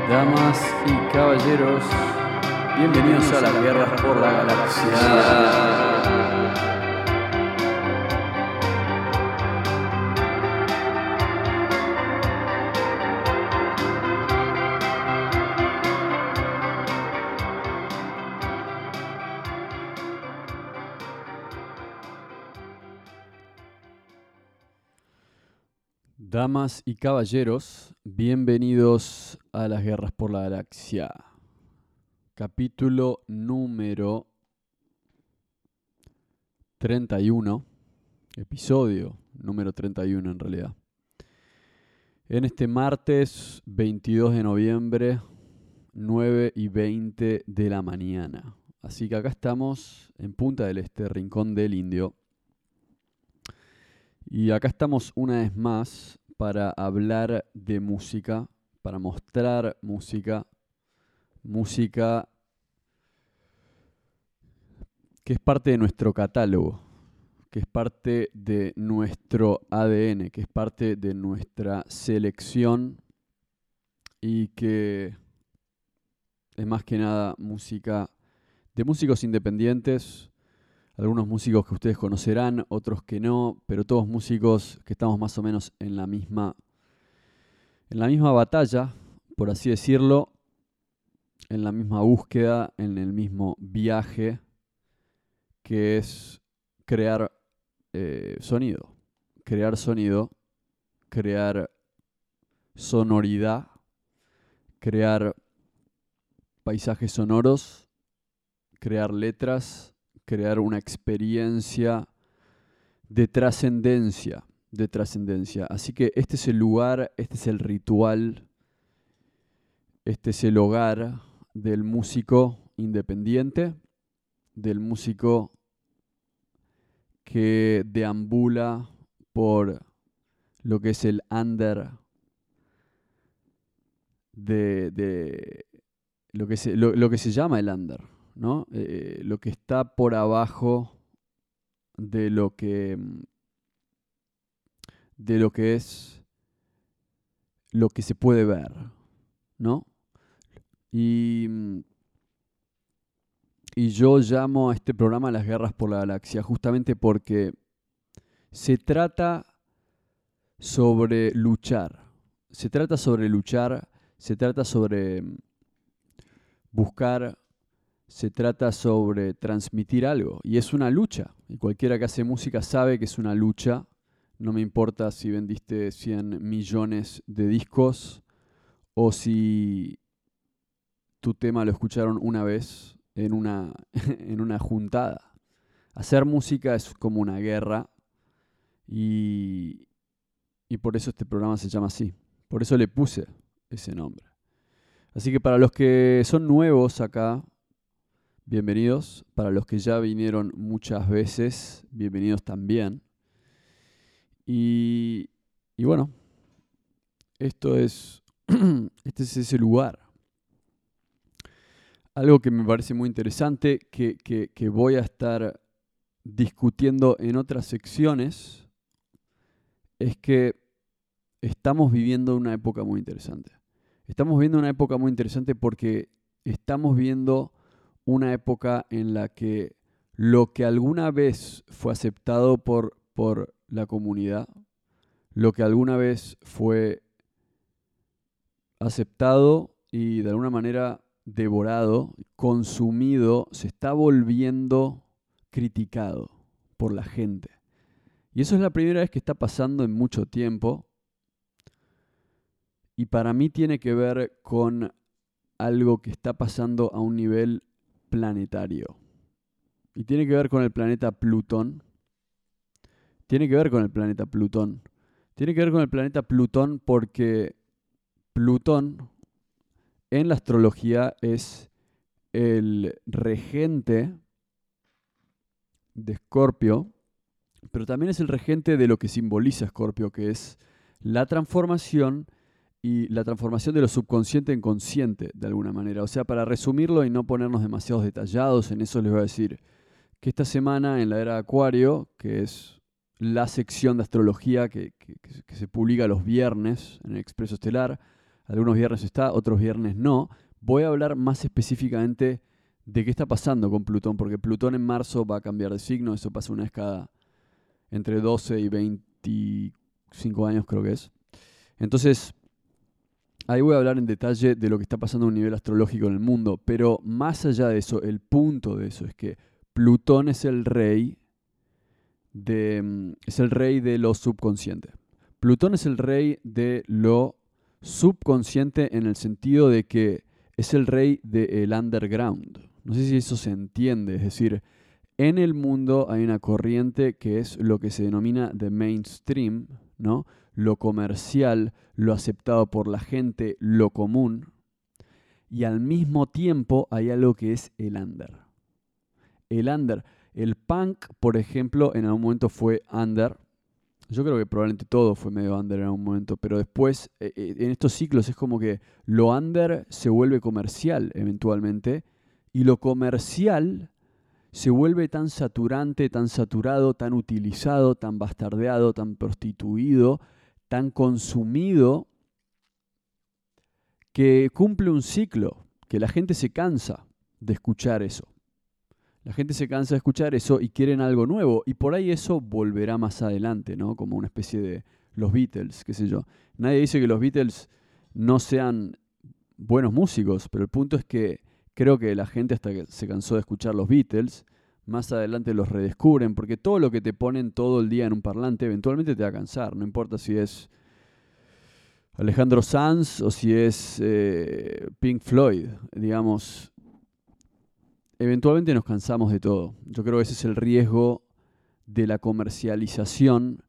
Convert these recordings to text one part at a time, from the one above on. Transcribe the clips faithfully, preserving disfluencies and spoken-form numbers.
Damas y caballeros, bienvenidos a las guerras por la galaxia. Damas y caballeros, bienvenidos a las guerras por la galaxia. Capítulo número treinta y uno, episodio número treinta y uno en realidad. En este martes veintidós de noviembre, nueve y veinte de la mañana. Así que acá estamos en Punta del Este, Rincón del Indio. Y acá estamos una vez más para hablar de música, para mostrar música, música que es parte de nuestro catálogo, que es parte de nuestro A D N, que es parte de nuestra selección y que es más que nada música de músicos independientes. Algunos músicos que ustedes conocerán, otros que no, pero todos músicos que estamos más o menos en la misma, en la misma batalla, por así decirlo, en la misma búsqueda, en el mismo viaje, que es crear eh, sonido, crear sonido, crear sonoridad, crear paisajes sonoros, crear letras, crear una experiencia de trascendencia, de trascendencia. Así que este es el lugar, este es el ritual, este es el hogar del músico independiente, del músico que deambula por lo que es el under de, de lo que se, lo, lo que se llama el under, ¿no? Eh, lo que está por abajo de lo que de lo que es lo que se puede ver, ¿no? Y, y yo llamo a este programa Las Guerras por la Galaxia justamente porque se trata sobre luchar, se trata sobre luchar, se trata sobre buscar, se trata sobre transmitir algo. Y es una lucha. Y cualquiera que hace música sabe que es una lucha. No me importa si vendiste cien millones de discos o si tu tema lo escucharon una vez en una, en una juntada. Hacer música es como una guerra y, y por eso este programa se llama así. Por eso le puse ese nombre. Así que para los que son nuevos acá, bienvenidos. Para los que ya vinieron muchas veces, bienvenidos también. Y, y bueno, esto es, este es ese lugar. Algo que me parece muy interesante, que, que, que voy a estar discutiendo en otras secciones, es que estamos viviendo una época muy interesante. Estamos viviendo una época muy interesante porque estamos viendo una época en la que lo que alguna vez fue aceptado por, por la comunidad, lo que alguna vez fue aceptado y de alguna manera devorado, consumido, se está volviendo criticado por la gente. Y eso es la primera vez que está pasando en mucho tiempo. Y para mí tiene que ver con algo que está pasando a un nivel planetario. Y tiene que ver con el planeta Plutón. Tiene que ver con el planeta Plutón. Tiene que ver con el planeta Plutón porque Plutón en la astrología es el regente de Escorpio, pero también es el regente de lo que simboliza Escorpio, que es la transformación y la transformación de lo subconsciente en consciente, de alguna manera. O sea, para resumirlo y no ponernos demasiados detallados en eso, les voy a decir que esta semana en la era de Acuario, que es la sección de astrología que, que, que se publica los viernes en el Expreso Estelar, Algunos viernes está, otros viernes no. Voy a hablar más específicamente de qué está pasando con Plutón, porque Plutón en marzo va a cambiar de signo. Eso pasa una vez cada entre doce y veinticinco años, creo que es. Entonces, ahí voy a hablar en detalle de lo que está pasando a un nivel astrológico en el mundo. Pero más allá de eso, el punto de eso es que Plutón es el rey de, es el rey de lo subconsciente. Plutón es el rey de lo subconsciente en el sentido de que es el rey del underground. No sé si eso se entiende, es decir, en el mundo hay una corriente que es lo que se denomina the mainstream, ¿no? Lo comercial, lo aceptado por la gente, lo común, y al mismo tiempo hay algo que es el under. El under, el punk, por ejemplo, en algún momento fue under. Yo creo que probablemente todo fue medio under en algún momento, pero después, eh, en estos ciclos, es como que lo under se vuelve comercial eventualmente, y lo comercial se vuelve tan saturante, tan saturado, tan utilizado, tan bastardeado, tan prostituido, tan consumido, que cumple un ciclo, que la gente se cansa de escuchar eso. La gente se cansa de escuchar eso y quieren algo nuevo. Y por ahí eso volverá más adelante, ¿no? Como una especie de los Beatles, qué sé yo. Nadie dice que los Beatles no sean buenos músicos, pero el punto es que creo que la gente hasta que se cansó de escuchar los Beatles, más adelante los redescubren, porque todo lo que te ponen todo el día en un parlante eventualmente te va a cansar. No importa si es Alejandro Sanz o si es eh, Pink Floyd, digamos. Eventualmente nos cansamos de todo. Yo creo que ese es el riesgo de la comercialización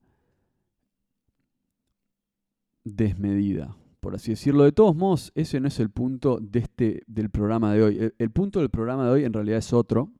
desmedida, por así decirlo. De todos modos, ese no es el punto de este, del programa de hoy. El, el punto del programa de hoy en realidad es otro,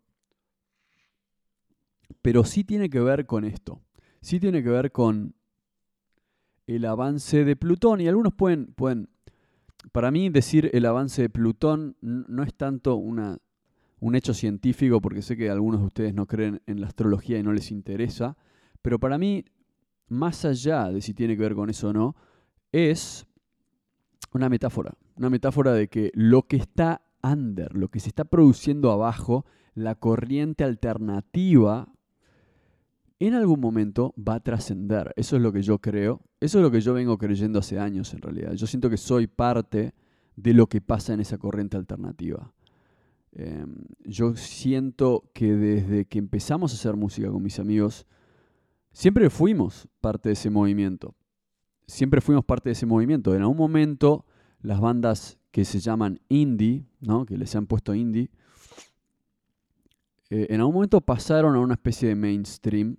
pero sí tiene que ver con esto. Sí tiene que ver con el avance de Plutón. Y algunos pueden, pueden para mí decir el avance de Plutón no es tanto una... un hecho científico, porque sé que algunos de ustedes no creen en la astrología y no les interesa, pero para mí, más allá de si tiene que ver con eso o no, es una metáfora. Una metáfora de que lo que está under, lo que se está produciendo abajo, la corriente alternativa, en algún momento va a trascender. Eso es lo que yo creo. Eso es lo que yo vengo creyendo hace años, en realidad. Yo siento que soy parte de lo que pasa en esa corriente alternativa. Eh, yo siento que desde que empezamos a hacer música con mis amigos, siempre fuimos parte de ese movimiento. Siempre fuimos parte de ese movimiento. En algún momento, las bandas que se llaman indie, ¿no? Que les han puesto indie, eh, en algún momento pasaron a una especie de mainstream,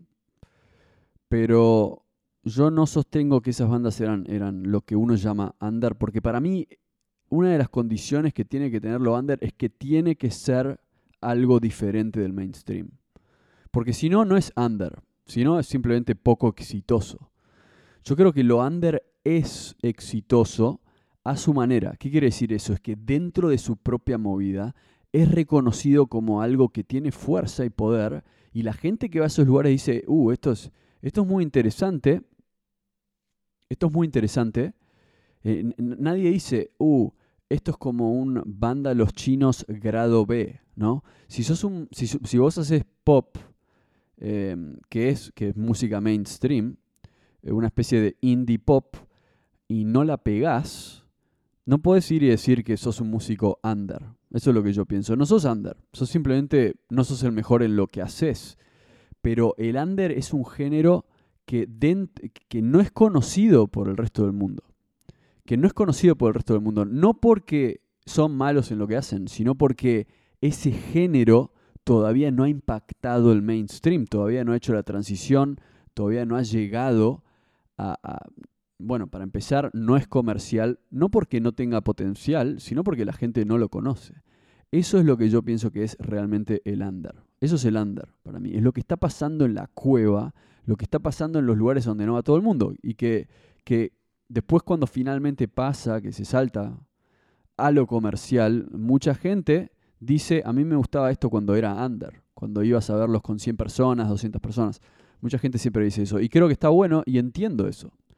pero yo no sostengo que esas bandas eran, eran lo que uno llama under, porque para mí una de las condiciones que tiene que tener lo under es que tiene que ser algo diferente del mainstream. Porque si no, no es under. Si no, es simplemente poco exitoso. Yo creo que lo under es exitoso a su manera. ¿Qué quiere decir eso? Es que dentro de su propia movida es reconocido como algo que tiene fuerza y poder. Y la gente que va a esos lugares dice, uh, esto es, esto es muy interesante. Esto es muy interesante. Eh, nadie dice, uh, esto es como un banda Los Chinos grado B, ¿no? Si sos un, si, si vos haces pop, eh, que, es, que es música mainstream, eh, una especie de indie pop, y no la pegás, no podés ir y decir que sos un músico under. Eso es lo que yo pienso. No sos under, sos simplemente, no sos el mejor en lo que haces. Pero el under es un género que, dent, que no es conocido por el resto del mundo. que no es conocido por el resto del mundo, no porque son malos en lo que hacen, sino porque ese género todavía no ha impactado el mainstream, todavía no ha hecho la transición, todavía no ha llegado a, a... Bueno, para empezar, no es comercial, no porque no tenga potencial, sino porque la gente no lo conoce. Eso es lo que yo pienso que es realmente el under. Eso es el under para mí. Es lo que está pasando en la cueva, lo que está pasando en los lugares donde no va todo el mundo. Y que, que después cuando finalmente pasa, que se salta a lo comercial, mucha gente dice, a mí me gustaba esto cuando era under, cuando ibas a verlos con cien personas, doscientas personas. Mucha gente siempre dice eso. Y creo que está bueno y entiendo eso.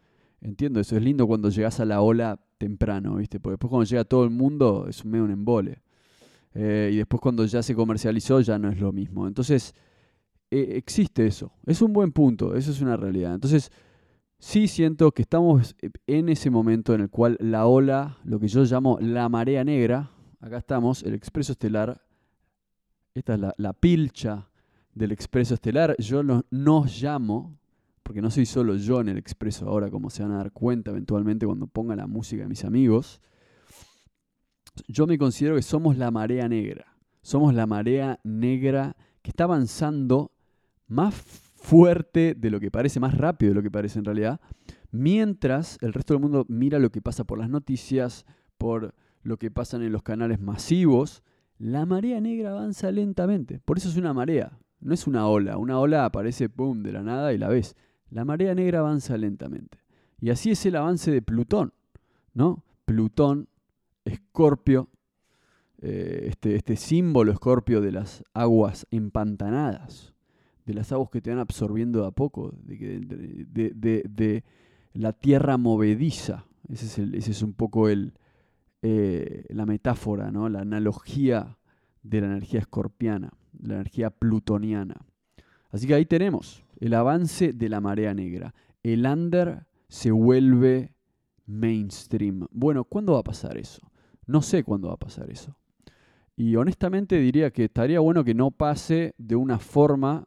entiendo eso, es lindo cuando llegás a la ola temprano, ¿viste? Porque después cuando llega todo el mundo es medio un embole. Eh, y después cuando ya se comercializó ya no es lo mismo. Entonces, eh, existe eso. Es un buen punto, eso es una realidad. Entonces, sí siento que estamos en ese momento en el cual la ola, lo que yo llamo la marea negra, acá estamos, el expreso estelar, esta es la, la pilcha del expreso estelar, yo lo, nos llamo, porque no soy solo yo en el expreso ahora, como se van a dar cuenta eventualmente cuando ponga la música de mis amigos, yo me considero que somos la marea negra, somos la marea negra que está avanzando más fuerte de lo que parece, más rápido de lo que parece en realidad, mientras el resto del mundo mira lo que pasa por las noticias, por lo que pasa en los canales masivos. La marea negra avanza lentamente, por eso es una marea, no es una ola. Una ola aparece, pum, de la nada y la ves. La marea negra avanza lentamente. Y así es el avance de Plutón, ¿no? Plutón, Escorpio, eh, este, este símbolo Escorpio de las aguas empantanadas, de las aguas que te van absorbiendo de a poco, de, de, de, de, de la tierra movediza. Ese es, el, ese es un poco el, eh, la metáfora, ¿no? La analogía de la energía escorpiana, de la energía plutoniana. Así que ahí tenemos el avance de la marea negra. El under se vuelve mainstream. Bueno, ¿cuándo va a pasar eso? No sé cuándo va a pasar eso. Y honestamente diría que estaría bueno que no pase de una forma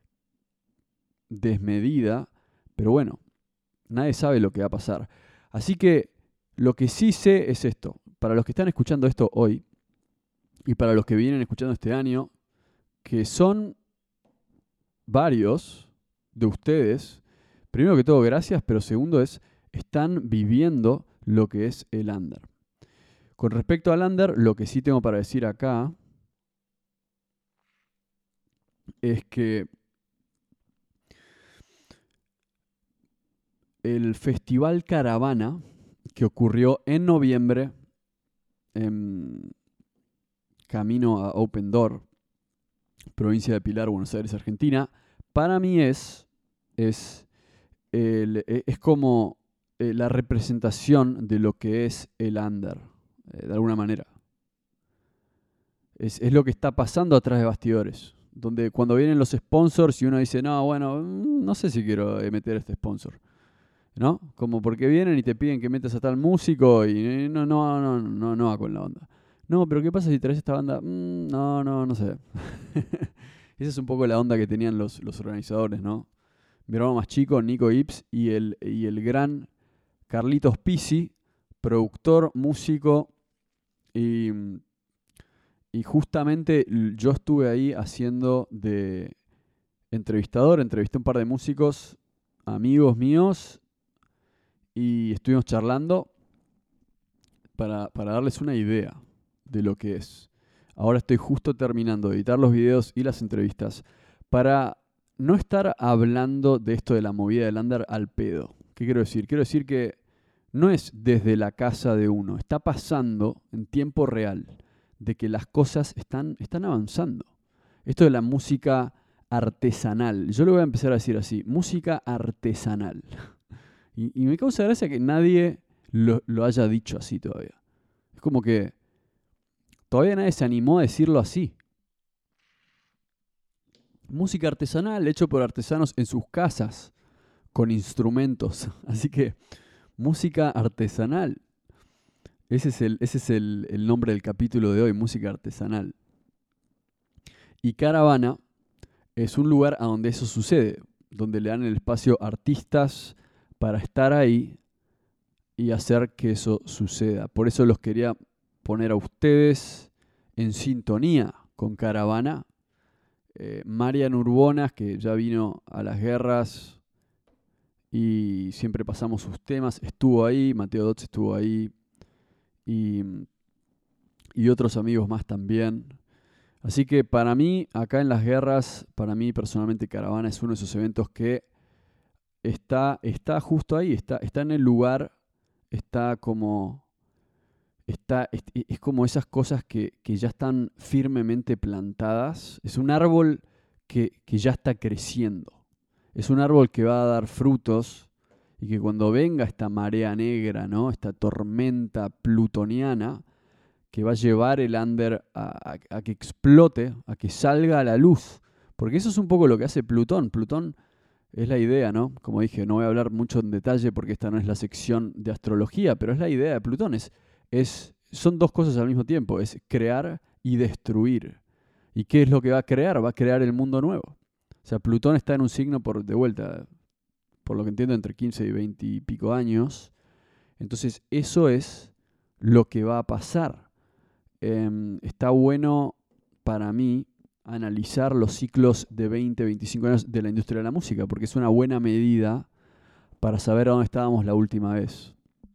desmedida, pero bueno, nadie sabe lo que va a pasar. Así que lo que sí sé es esto. Para los que están escuchando esto hoy y para los que vienen escuchando este año, que son varios de ustedes, primero que todo, gracias, pero segundo es, están viviendo lo que es el under. Con respecto al under, lo que sí tengo para decir acá es que el Festival Caravana, que ocurrió en noviembre, en camino a Open Door, provincia de Pilar, Buenos Aires, Argentina, para mí es, es, el, es como la representación de lo que es el under, de alguna manera. Es, es lo que está pasando atrás de bastidores, donde cuando vienen los sponsors y uno dice, no, bueno, no sé si quiero meter a este sponsor, ¿no? Como porque vienen y te piden que metas a tal músico y no, no, no, no, no va con la onda. No, pero ¿qué pasa si traes esta banda? Mm, no, no, no sé. Esa es un poco la onda que tenían los, los organizadores, ¿no? Mi hermano más chico, Nico Ips, y el, y el gran Carlitos Pisi, productor, músico, y, y justamente yo estuve ahí haciendo de entrevistador, entrevisté a un par de músicos, amigos míos, y estuvimos charlando para, para darles una idea de lo que es. Ahora estoy justo terminando de editar los videos y las entrevistas para no estar hablando de esto de la movida del under al pedo. ¿Qué quiero decir? Quiero decir que no es desde la casa de uno, está pasando en tiempo real de que las cosas están, están avanzando. Esto de la música artesanal, yo lo voy a empezar a decir así, música artesanal. Y, y me causa gracia que nadie lo, lo haya dicho así todavía. Es como que todavía nadie se animó a decirlo así. Música artesanal, hecho por artesanos en sus casas, con instrumentos. Así que, música artesanal. Ese es el, ese es el, el nombre del capítulo de hoy, música artesanal. Y Caravana es un lugar a donde eso sucede, donde le dan el espacio a artistas para estar ahí y hacer que eso suceda. Por eso los quería poner a ustedes en sintonía con Caravana. Eh, Marian Urbonas, que ya vino a las guerras y siempre pasamos sus temas, estuvo ahí, Mateo Dotz estuvo ahí y, y otros amigos más también. Así que para mí, acá en las guerras, para mí personalmente Caravana es uno de esos eventos que está, está justo ahí, está, está en el lugar, está como, está, es, es como esas cosas que, que ya están firmemente plantadas. Es un árbol que, que ya está creciendo. Es un árbol que va a dar frutos y que cuando venga esta marea negra, ¿no? Esta tormenta plutoniana que va a llevar el under a, a, a que explote, a que salga a la luz. Porque eso es un poco lo que hace Plutón. Plutón es la idea, ¿no? Como dije, no voy a hablar mucho en detalle porque esta no es la sección de astrología, pero es la idea de Plutón. Es, es, son dos cosas al mismo tiempo, es crear y destruir. ¿Y qué es lo que va a crear? Va a crear el mundo nuevo. O sea, Plutón está en un signo, por de vuelta, por lo que entiendo, entre quince y veinte y pico años. Entonces, eso es lo que va a pasar. Eh, está bueno para mí analizar los ciclos de veinte, veinticinco años de la industria de la música, porque es una buena medida para saber a dónde estábamos la última vez.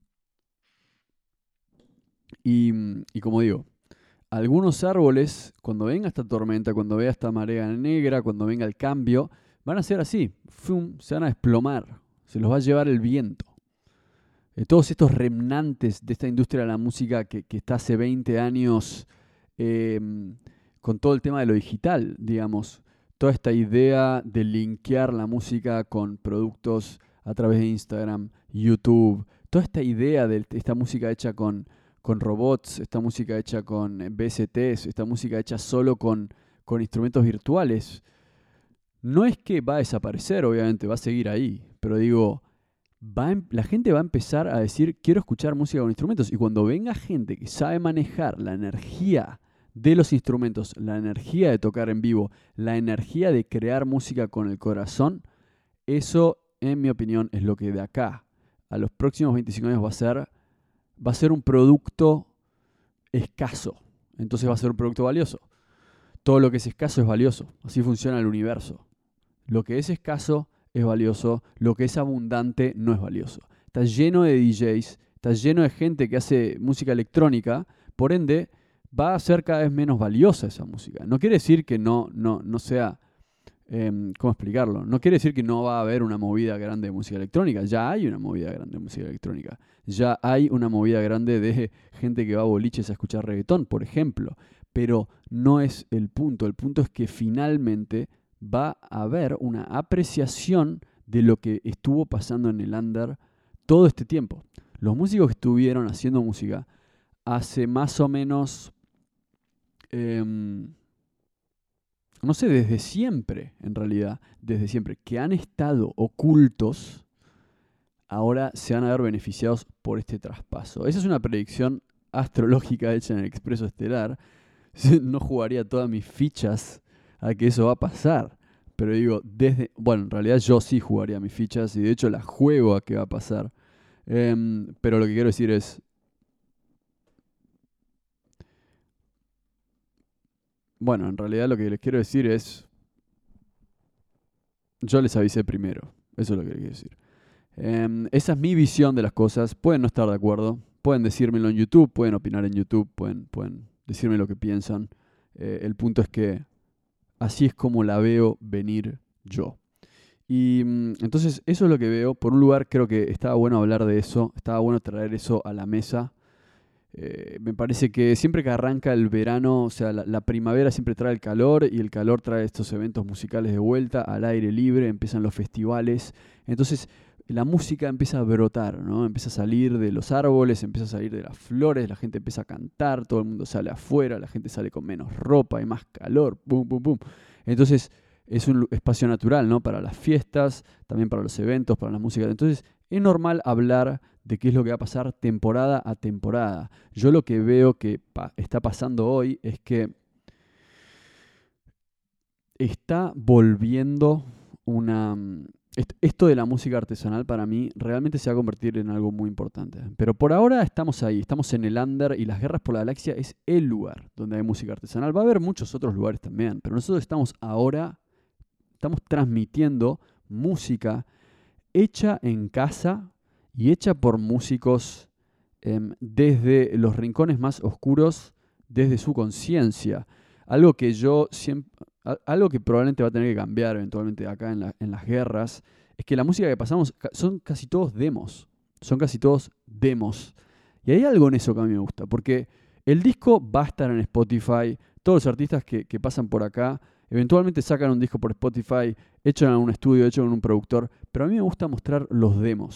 Y, y como digo, algunos árboles, cuando venga esta tormenta, cuando vea esta marea negra, cuando venga el cambio, van a ser así, ¡fum!, se van a desplomar, se los va a llevar el viento. Eh, todos estos remnantes de esta industria de la música que, que está hace veinte años eh, con todo el tema de lo digital, digamos, toda esta idea de linkear la música con productos a través de Instagram, YouTube, toda esta idea de esta música hecha con, con robots, esta música hecha con V S Ts, esta música hecha solo con, con instrumentos virtuales, no es que va a desaparecer, obviamente, va a seguir ahí, pero digo, va a, la gente va a empezar a decir, quiero escuchar música con instrumentos, y cuando venga gente que sabe manejar la energía de los instrumentos, la energía de tocar en vivo, la energía de crear música con el corazón, eso, en mi opinión, es lo que de acá a los próximos veinticinco años va a ser, va a ser un producto escaso. Entonces va a ser un producto valioso. Todo lo que es escaso es valioso. Así funciona el universo. Lo que es escaso es valioso, lo que es abundante no es valioso. Está lleno de D Js, está lleno de gente que hace música electrónica, por ende va a ser cada vez menos valiosa esa música. No quiere decir que no, no, no sea, eh, ¿cómo explicarlo? No quiere decir que no va a haber una movida grande de música electrónica. Ya hay una movida grande de música electrónica. Ya hay una movida grande de gente que va a boliches a escuchar reggaetón, por ejemplo. Pero no es el punto. El punto es que finalmente va a haber una apreciación de lo que estuvo pasando en el under todo este tiempo. Los músicos que estuvieron haciendo música hace más o menos, eh, no sé, desde siempre, en realidad, desde siempre, que han estado ocultos, ahora se van a ver beneficiados por este traspaso. Esa es una predicción astrológica hecha en el Expreso Estelar. No jugaría todas mis fichas a que eso va a pasar. Pero digo, desde, bueno, en realidad yo sí jugaría mis fichas y de hecho las juego a que va a pasar. Eh, pero lo que quiero decir es, bueno, en realidad lo que les quiero decir es, yo les avisé primero. Eso es lo que les quiero decir. Eh, esa es mi visión de las cosas. Pueden no estar de acuerdo. Pueden decírmelo en YouTube, pueden opinar en YouTube, pueden, pueden decirme lo que piensan. Eh, el punto es que así es como la veo venir yo. Y entonces eso es lo que veo. Por un lugar creo que estaba bueno hablar de eso, estaba bueno traer eso a la mesa. Eh, me parece que siempre que arranca el verano, o sea, la, la primavera siempre trae el calor y el calor trae estos eventos musicales de vuelta al aire libre, empiezan los festivales. Entonces la música empieza a brotar, ¿no? Empieza a salir de los árboles, empieza a salir de las flores, la gente empieza a cantar, todo el mundo sale afuera, la gente sale con menos ropa, hay más calor, pum, pum, pum. Entonces es un espacio natural, ¿no? Para las fiestas, también para los eventos, para la música. Entonces es normal hablar de qué es lo que va a pasar temporada a temporada. Yo lo que veo que pa- está pasando hoy es que está volviendo una... Esto de la música artesanal para mí realmente se va a convertir en algo muy importante. Pero por ahora estamos ahí, estamos en el under y las Guerras por la Galaxia es el lugar donde hay música artesanal. Va a haber muchos otros lugares también, pero nosotros estamos ahora, estamos transmitiendo música hecha en casa y hecha por músicos eh, desde los rincones más oscuros, desde su conciencia. Algo que yo siempre... Algo que probablemente va a tener que cambiar eventualmente acá en, la, en las guerras, es que la música que pasamos son casi todos demos. Son casi todos demos. Y hay algo en eso que a mí me gusta, porque el disco va a estar en Spotify. Todos los artistas que, que pasan por acá, eventualmente sacan un disco por Spotify, hecho en un estudio, hecho en un productor. Pero a mí me gusta mostrar los demos.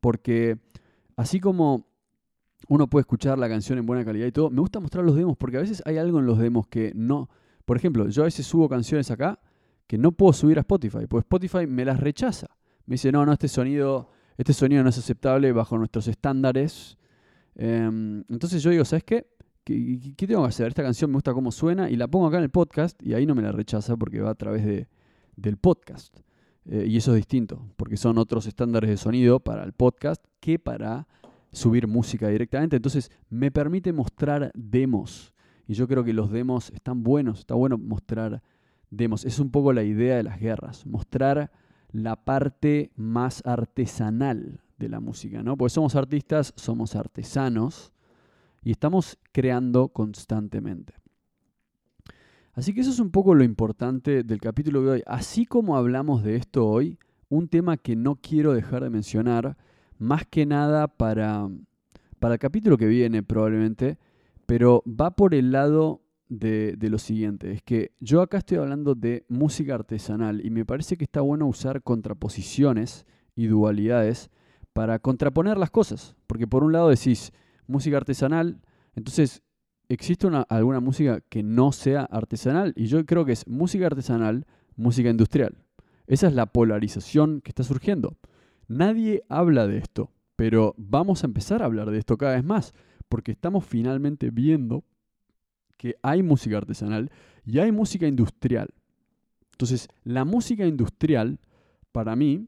porque así como uno puede escuchar la canción en buena calidad y todo, me gusta mostrar los demos porque a veces hay algo en los demos que no... Por ejemplo, yo a veces subo canciones acá que no puedo subir a Spotify, porque Spotify me las rechaza. Me dice, no, no, este sonido, este sonido no es aceptable bajo nuestros estándares. Eh, entonces yo digo, ¿sabes qué? ¿Qué, ¿Qué tengo que hacer? Esta canción me gusta cómo suena y la pongo acá en el podcast y ahí no me la rechaza porque va a través de, del podcast. Eh, y eso es distinto, porque son otros estándares de sonido para el podcast que para subir música directamente. Entonces me permite mostrar demos. Y yo creo que los demos están buenos, está bueno mostrar demos. Es un poco la idea de las guerras, mostrar la parte más artesanal de la música, ¿no? Porque somos artistas, somos artesanos y estamos creando constantemente. Así que eso es un poco lo importante del capítulo de hoy. Así como hablamos de esto hoy, un tema que no quiero dejar de mencionar, más que nada para, para el capítulo que viene probablemente, pero va por el lado de, de lo siguiente. Es que yo acá estoy hablando de música artesanal y me parece que está bueno usar contraposiciones y dualidades para contraponer las cosas. Porque por un lado decís música artesanal, entonces existe una, alguna música que no sea artesanal y yo creo que es música artesanal, música industrial. Esa es la polarización que está surgiendo. Nadie habla de esto, pero vamos a empezar a hablar de esto cada vez más. Porque estamos finalmente viendo que hay música artesanal y hay música industrial. Entonces, la música industrial, para mí,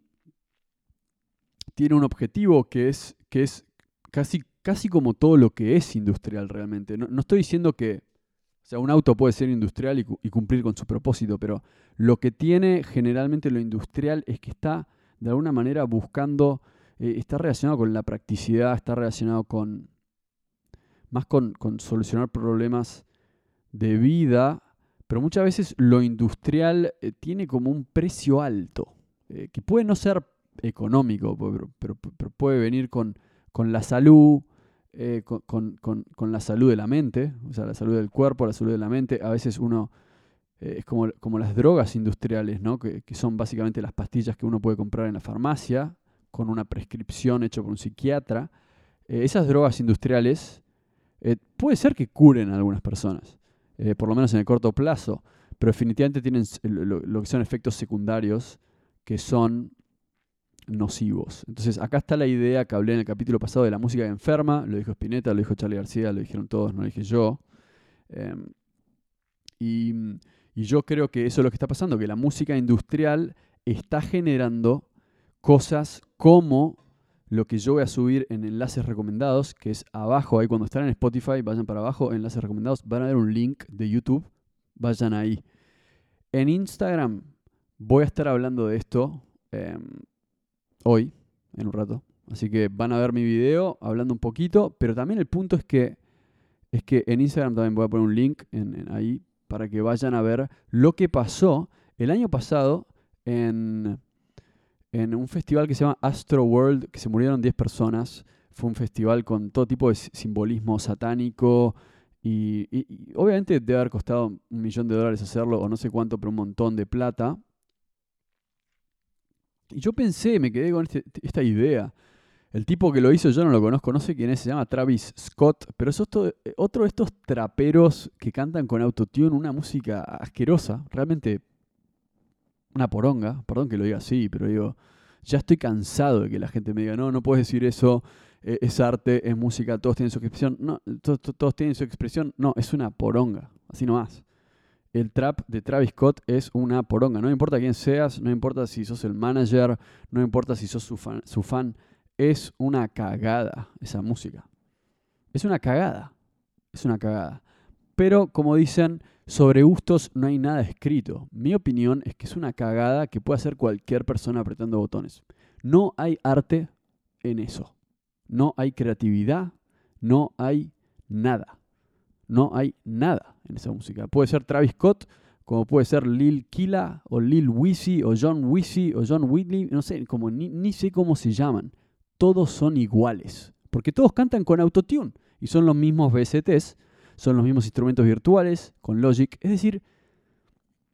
tiene un objetivo que es, que es casi, casi como todo lo que es industrial realmente. No, no estoy diciendo que, o sea, un auto puede ser industrial y, y cumplir con su propósito, pero lo que tiene generalmente lo industrial es que está, de alguna manera, buscando, eh, está relacionado con la practicidad, está relacionado con... más con, con solucionar problemas de vida, pero muchas veces lo industrial eh, tiene como un precio alto, eh, que puede no ser económico, pero, pero, pero puede venir con, con la salud, eh, con, con, con, con la salud de la mente, o sea, la salud del cuerpo, la salud de la mente. A veces uno, eh, es como, como las drogas industriales, ¿no? que, que son básicamente las pastillas que uno puede comprar en la farmacia, con una prescripción hecha por un psiquiatra. Eh, esas drogas industriales... Eh, puede ser que curen a algunas personas, eh, por lo menos en el corto plazo, pero definitivamente tienen lo, lo que son efectos secundarios que son nocivos. Entonces acá está la idea que hablé en el capítulo pasado de la música que enferma, lo dijo Spinetta, lo dijo Charly García, lo dijeron todos, no lo dije yo. Eh, y, y yo creo que eso es lo que está pasando, que la música industrial está generando cosas como... lo que yo voy a subir en enlaces recomendados, que es abajo, ahí cuando están en Spotify, vayan para abajo, enlaces recomendados, van a ver un link de YouTube, vayan ahí. En Instagram voy a estar hablando de esto eh, hoy, en un rato, así que van a ver mi video hablando un poquito, pero también el punto es que, es que en Instagram también voy a poner un link en, en ahí para que vayan a ver lo que pasó el año pasado en... en un festival que se llama Astro World, que se murieron diez personas. Fue un festival con todo tipo de simbolismo satánico y, y, y obviamente debe haber costado un millón de dólares hacerlo o no sé cuánto, pero un montón de plata. Y yo pensé, me quedé con este, esta idea. El tipo que lo hizo yo no lo conozco, no sé quién es, se llama Travis Scott, pero es otro, otro de estos traperos que cantan con autotune, una música asquerosa, realmente... una poronga, perdón que lo diga así, pero digo, ya estoy cansado de que la gente me diga, no, no puedes decir eso, eh, es arte, es música, todos tienen su expresión. No, to, to, todos tienen su expresión. No, es una poronga, así nomás. El trap de Travis Scott es una poronga. No importa quién seas, no importa si sos el manager, no importa si sos su fan, su fan, es una cagada esa música. Es una cagada, es una cagada. Pero, como dicen, sobre gustos no hay nada escrito. Mi opinión es que es una cagada que puede hacer cualquier persona apretando botones. No hay arte en eso. No hay creatividad. No hay nada. No hay nada en esa música. Puede ser Travis Scott, como puede ser Lil Kila, o Lil Weezy, o John Weezy, o John Whitley. No sé, como ni, ni sé cómo se llaman. Todos son iguales. Porque todos cantan con autotune. Y son los mismos V S Ts. Son los mismos instrumentos virtuales, con Logic. Es decir,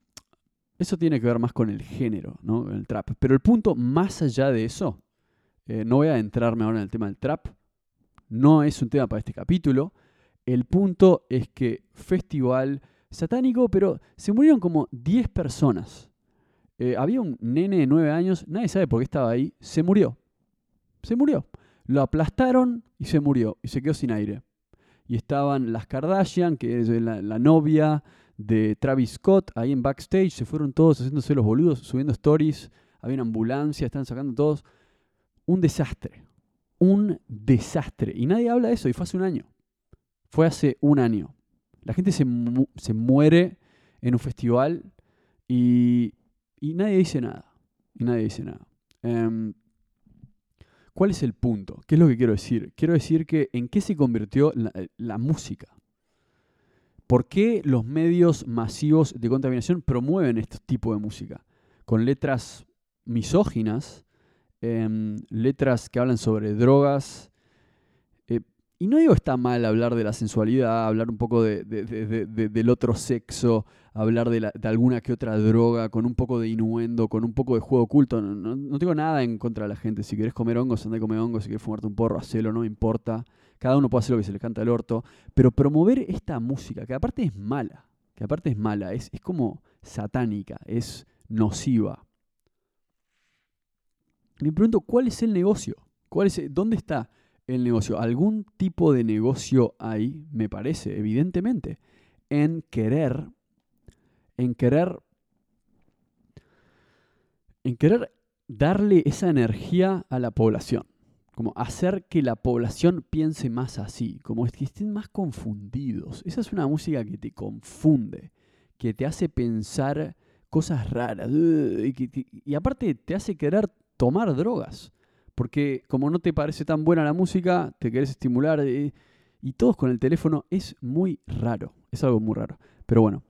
eso tiene que ver más con el género, ¿no? El trap. Pero el punto más allá de eso Eh, no voy a adentrarme ahora en el tema del trap. No es un tema para este capítulo. El punto es que festival satánico, pero se murieron como diez personas. Eh, había un nene de nueve años, nadie sabe por qué estaba ahí, se murió. Se murió. Lo aplastaron y se murió. Y se quedó sin aire. Y estaban las Kardashian, que es la, la novia de Travis Scott, ahí en backstage. Se fueron todos haciéndose los boludos, subiendo stories. Había una ambulancia, están sacando todos. Un desastre. Un desastre. Y nadie habla de eso. Y fue hace un año. Fue hace un año. La gente se, mu- se muere en un festival y, y nadie dice nada. Y nadie dice nada. Um, ¿Cuál es el punto? ¿Qué es lo que quiero decir? Quiero decir que en qué se convirtió la, la música. ¿Por qué los medios masivos de contaminación promueven este tipo de música? Con letras misóginas, eh, letras que hablan sobre drogas. Eh, y no digo está mal hablar de la sensualidad, hablar un poco de, de, de, de, de, del otro sexo, hablar de, la, de alguna que otra droga, con un poco de innuendo, con un poco de juego oculto. No, no, no tengo nada en contra de la gente. Si querés comer hongos, andá a comer hongos. Si querés fumarte un porro, hacelo, no me importa. Cada uno puede hacer lo que se le canta al orto. Pero promover esta música, que aparte es mala, que aparte es mala, es, es como satánica, es nociva. Me pregunto, ¿cuál es el negocio? ¿Cuál es, ¿Dónde está el negocio? Algún tipo de negocio hay, me parece, evidentemente, en querer, en querer, en querer darle esa energía a la población. Como hacer que la población piense más así, como que estén más confundidos. Esa es una música que te confunde, que te hace pensar cosas raras. Y, que, y aparte te hace querer tomar drogas. Porque como no te parece tan buena la música, te querés estimular. Eh, y todos con el teléfono es muy raro. Es algo muy raro. Pero bueno,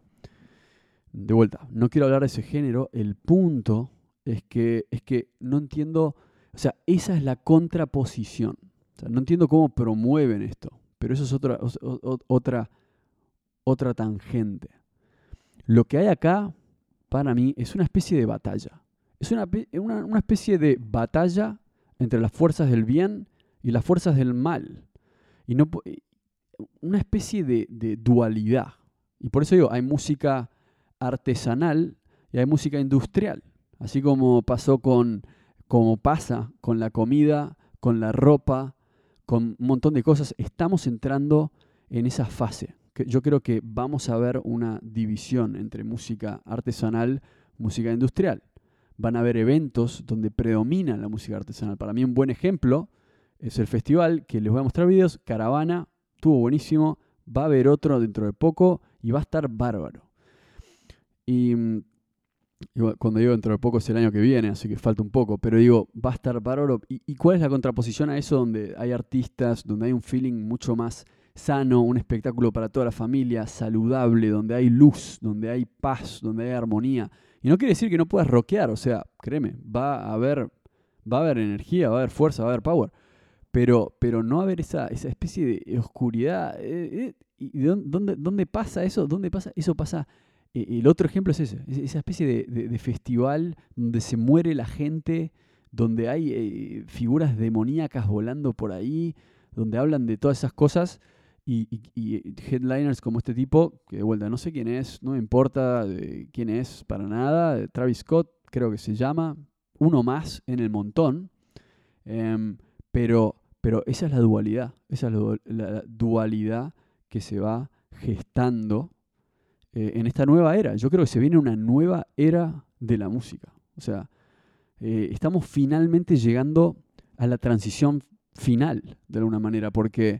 de vuelta, no quiero hablar de ese género. El punto es que, es que no entiendo... O sea, esa es la contraposición. O sea, no entiendo cómo promueven esto, pero eso es otra, o, otra, otra tangente. Lo que hay acá, para mí, es una especie de batalla. Es una, una, una especie de batalla entre las fuerzas del bien y las fuerzas del mal. Y no, una especie de, de dualidad. Y por eso digo, hay música artesanal y hay música industrial. Así como pasó con... como pasa con la comida, con la ropa, con un montón de cosas, estamos entrando en esa fase. Yo creo que vamos a ver una división entre música artesanal y música industrial. Van a haber eventos donde predomina la música artesanal. Para mí un buen ejemplo es el festival, que les voy a mostrar videos, Caravana, estuvo buenísimo, va a haber otro dentro de poco y va a estar bárbaro. Y... cuando digo dentro de poco es el año que viene, así que falta un poco, pero digo, va a estar bárbaro. ¿Y, ¿Y cuál es la contraposición a eso donde hay artistas, donde hay un feeling mucho más sano, un espectáculo para toda la familia, saludable, donde hay luz, donde hay paz, donde hay armonía? Y no quiere decir que no puedas rockear, o sea, créeme, va a haber, va a haber energía, va a haber fuerza, va a haber power, pero, pero no va a haber esa, esa especie de oscuridad. Eh, eh, ¿Y dónde, dónde pasa eso? ¿Dónde pasa? Eso pasa... El otro ejemplo es ese, esa especie de, de, de festival donde se muere la gente, donde hay eh, figuras demoníacas volando por ahí, donde hablan de todas esas cosas y, y, y headliners como este tipo, que de vuelta no sé quién es, no me importa de quién es para nada, Travis Scott creo que se llama, uno más en el montón, eh, pero, pero esa es la dualidad, esa es la, la dualidad que se va gestando Eh, en esta nueva era. Yo creo que se viene una nueva era de la música. O sea, eh, estamos finalmente llegando a la transición final, de alguna manera, porque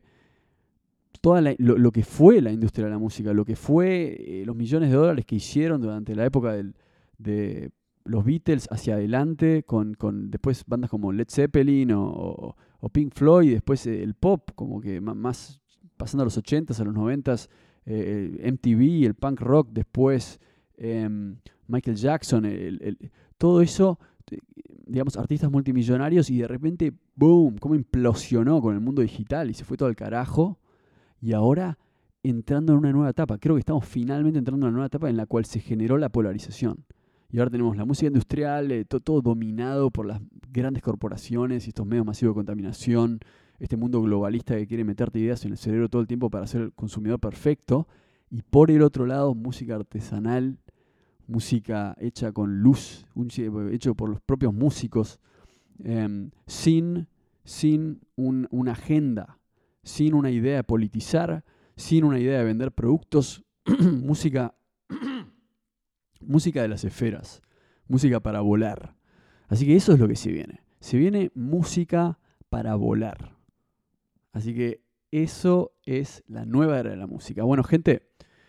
toda la, lo, lo que fue la industria de la música, lo que fue eh, los millones de dólares que hicieron durante la época del, de los Beatles hacia adelante, con, con después bandas como Led Zeppelin o, o, o Pink Floyd, y después eh, el pop, como que más, más pasando a los ochentas, a los noventas, Eh, M T V, el punk rock, después eh, Michael Jackson, el, el, todo eso, digamos, artistas multimillonarios, y de repente, boom, cómo implosionó con el mundo digital y se fue todo al carajo. Y ahora entrando en una nueva etapa, creo que estamos finalmente entrando en una nueva etapa en la cual se generó la polarización. y ahora tenemos la música industrial, eh, to- todo dominado por las grandes corporaciones y estos medios masivos de contaminación, este mundo globalista que quiere meterte ideas en el cerebro todo el tiempo para ser el consumidor perfecto, y por el otro lado, música artesanal, música hecha con luz, un- hecho por los propios músicos, eh, sin, sin un- una agenda, sin una idea de politizar, sin una idea de vender productos, música, música de las esferas, música para volar. Así que eso es lo que se viene. Se viene música para volar. Así que eso es la nueva era de la música. Bueno, gente,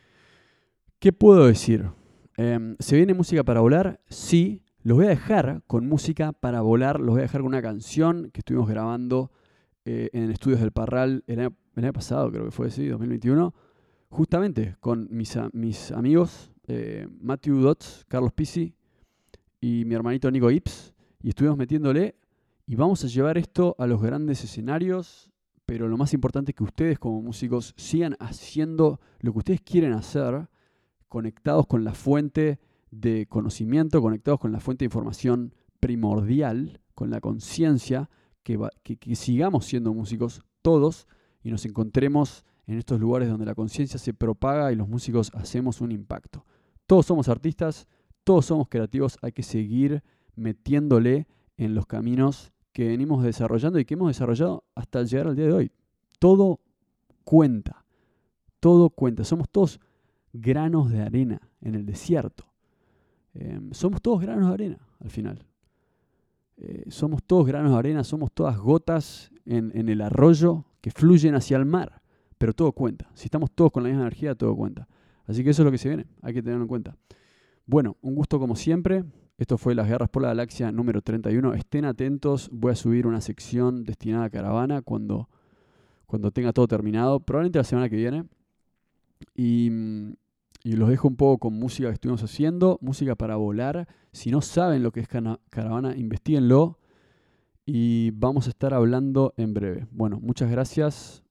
¿qué puedo decir? Eh, ¿Se viene música para volar? Sí. Los voy a dejar con música para volar. Los voy a dejar con una canción que estuvimos grabando eh, en Estudios del Parral el año, el año pasado, creo que fue así, dos mil veintiuno. Justamente con mis, mis amigos eh, Matthew Dotz, Carlos Pisi y mi hermanito Nico Ips. Y estuvimos metiéndole y vamos a llevar esto a los grandes escenarios. Pero lo más importante es que ustedes como músicos sigan haciendo lo que ustedes quieren hacer, conectados con la fuente de conocimiento, conectados con la fuente de información primordial, con la conciencia, que, que, que sigamos siendo músicos todos y nos encontremos en estos lugares donde la conciencia se propaga y los músicos hacemos un impacto. Todos somos artistas, todos somos creativos, hay que seguir metiéndole en los caminos que venimos desarrollando y que hemos desarrollado hasta llegar al día de hoy. Todo cuenta, todo cuenta. Somos todos granos de arena en el desierto. Eh, somos todos granos de arena al final. Eh, somos todos granos de arena, somos todas gotas en, en el arroyo que fluyen hacia el mar. Pero todo cuenta. Si estamos todos con la misma energía, todo cuenta. Así que eso es lo que se viene. Hay que tenerlo en cuenta. Bueno, un gusto como siempre. Esto fue Las Guerras por la Galaxia número treinta y uno. Estén atentos. Voy a subir una sección destinada a Caravana cuando, cuando tenga todo terminado. Probablemente la semana que viene. Y, y los dejo un poco con música que estuvimos haciendo. Música para volar. Si no saben lo que es Caravana, investiguenlo. Y vamos a estar hablando en breve. Bueno, muchas gracias.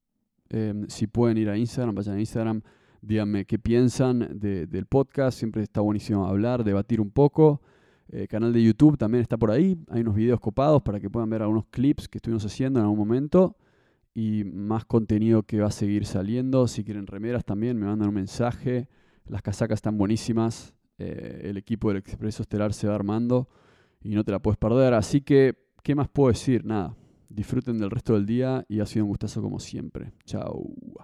Eh, si pueden ir a Instagram, vayan a Instagram. Díganme qué piensan de, del podcast. Siempre está buenísimo hablar, debatir un poco. El eh, canal de YouTube también está por ahí. Hay unos videos copados para que puedan ver algunos clips que estuvimos haciendo en algún momento. Y más contenido que va a seguir saliendo. Si quieren remeras también, me mandan un mensaje. Las casacas están buenísimas. Eh, el equipo del Expreso Estelar se va armando y no te la puedes perder. Así que, ¿qué más puedo decir? Nada. Disfruten del resto del día y ha sido un gustazo como siempre. Chao.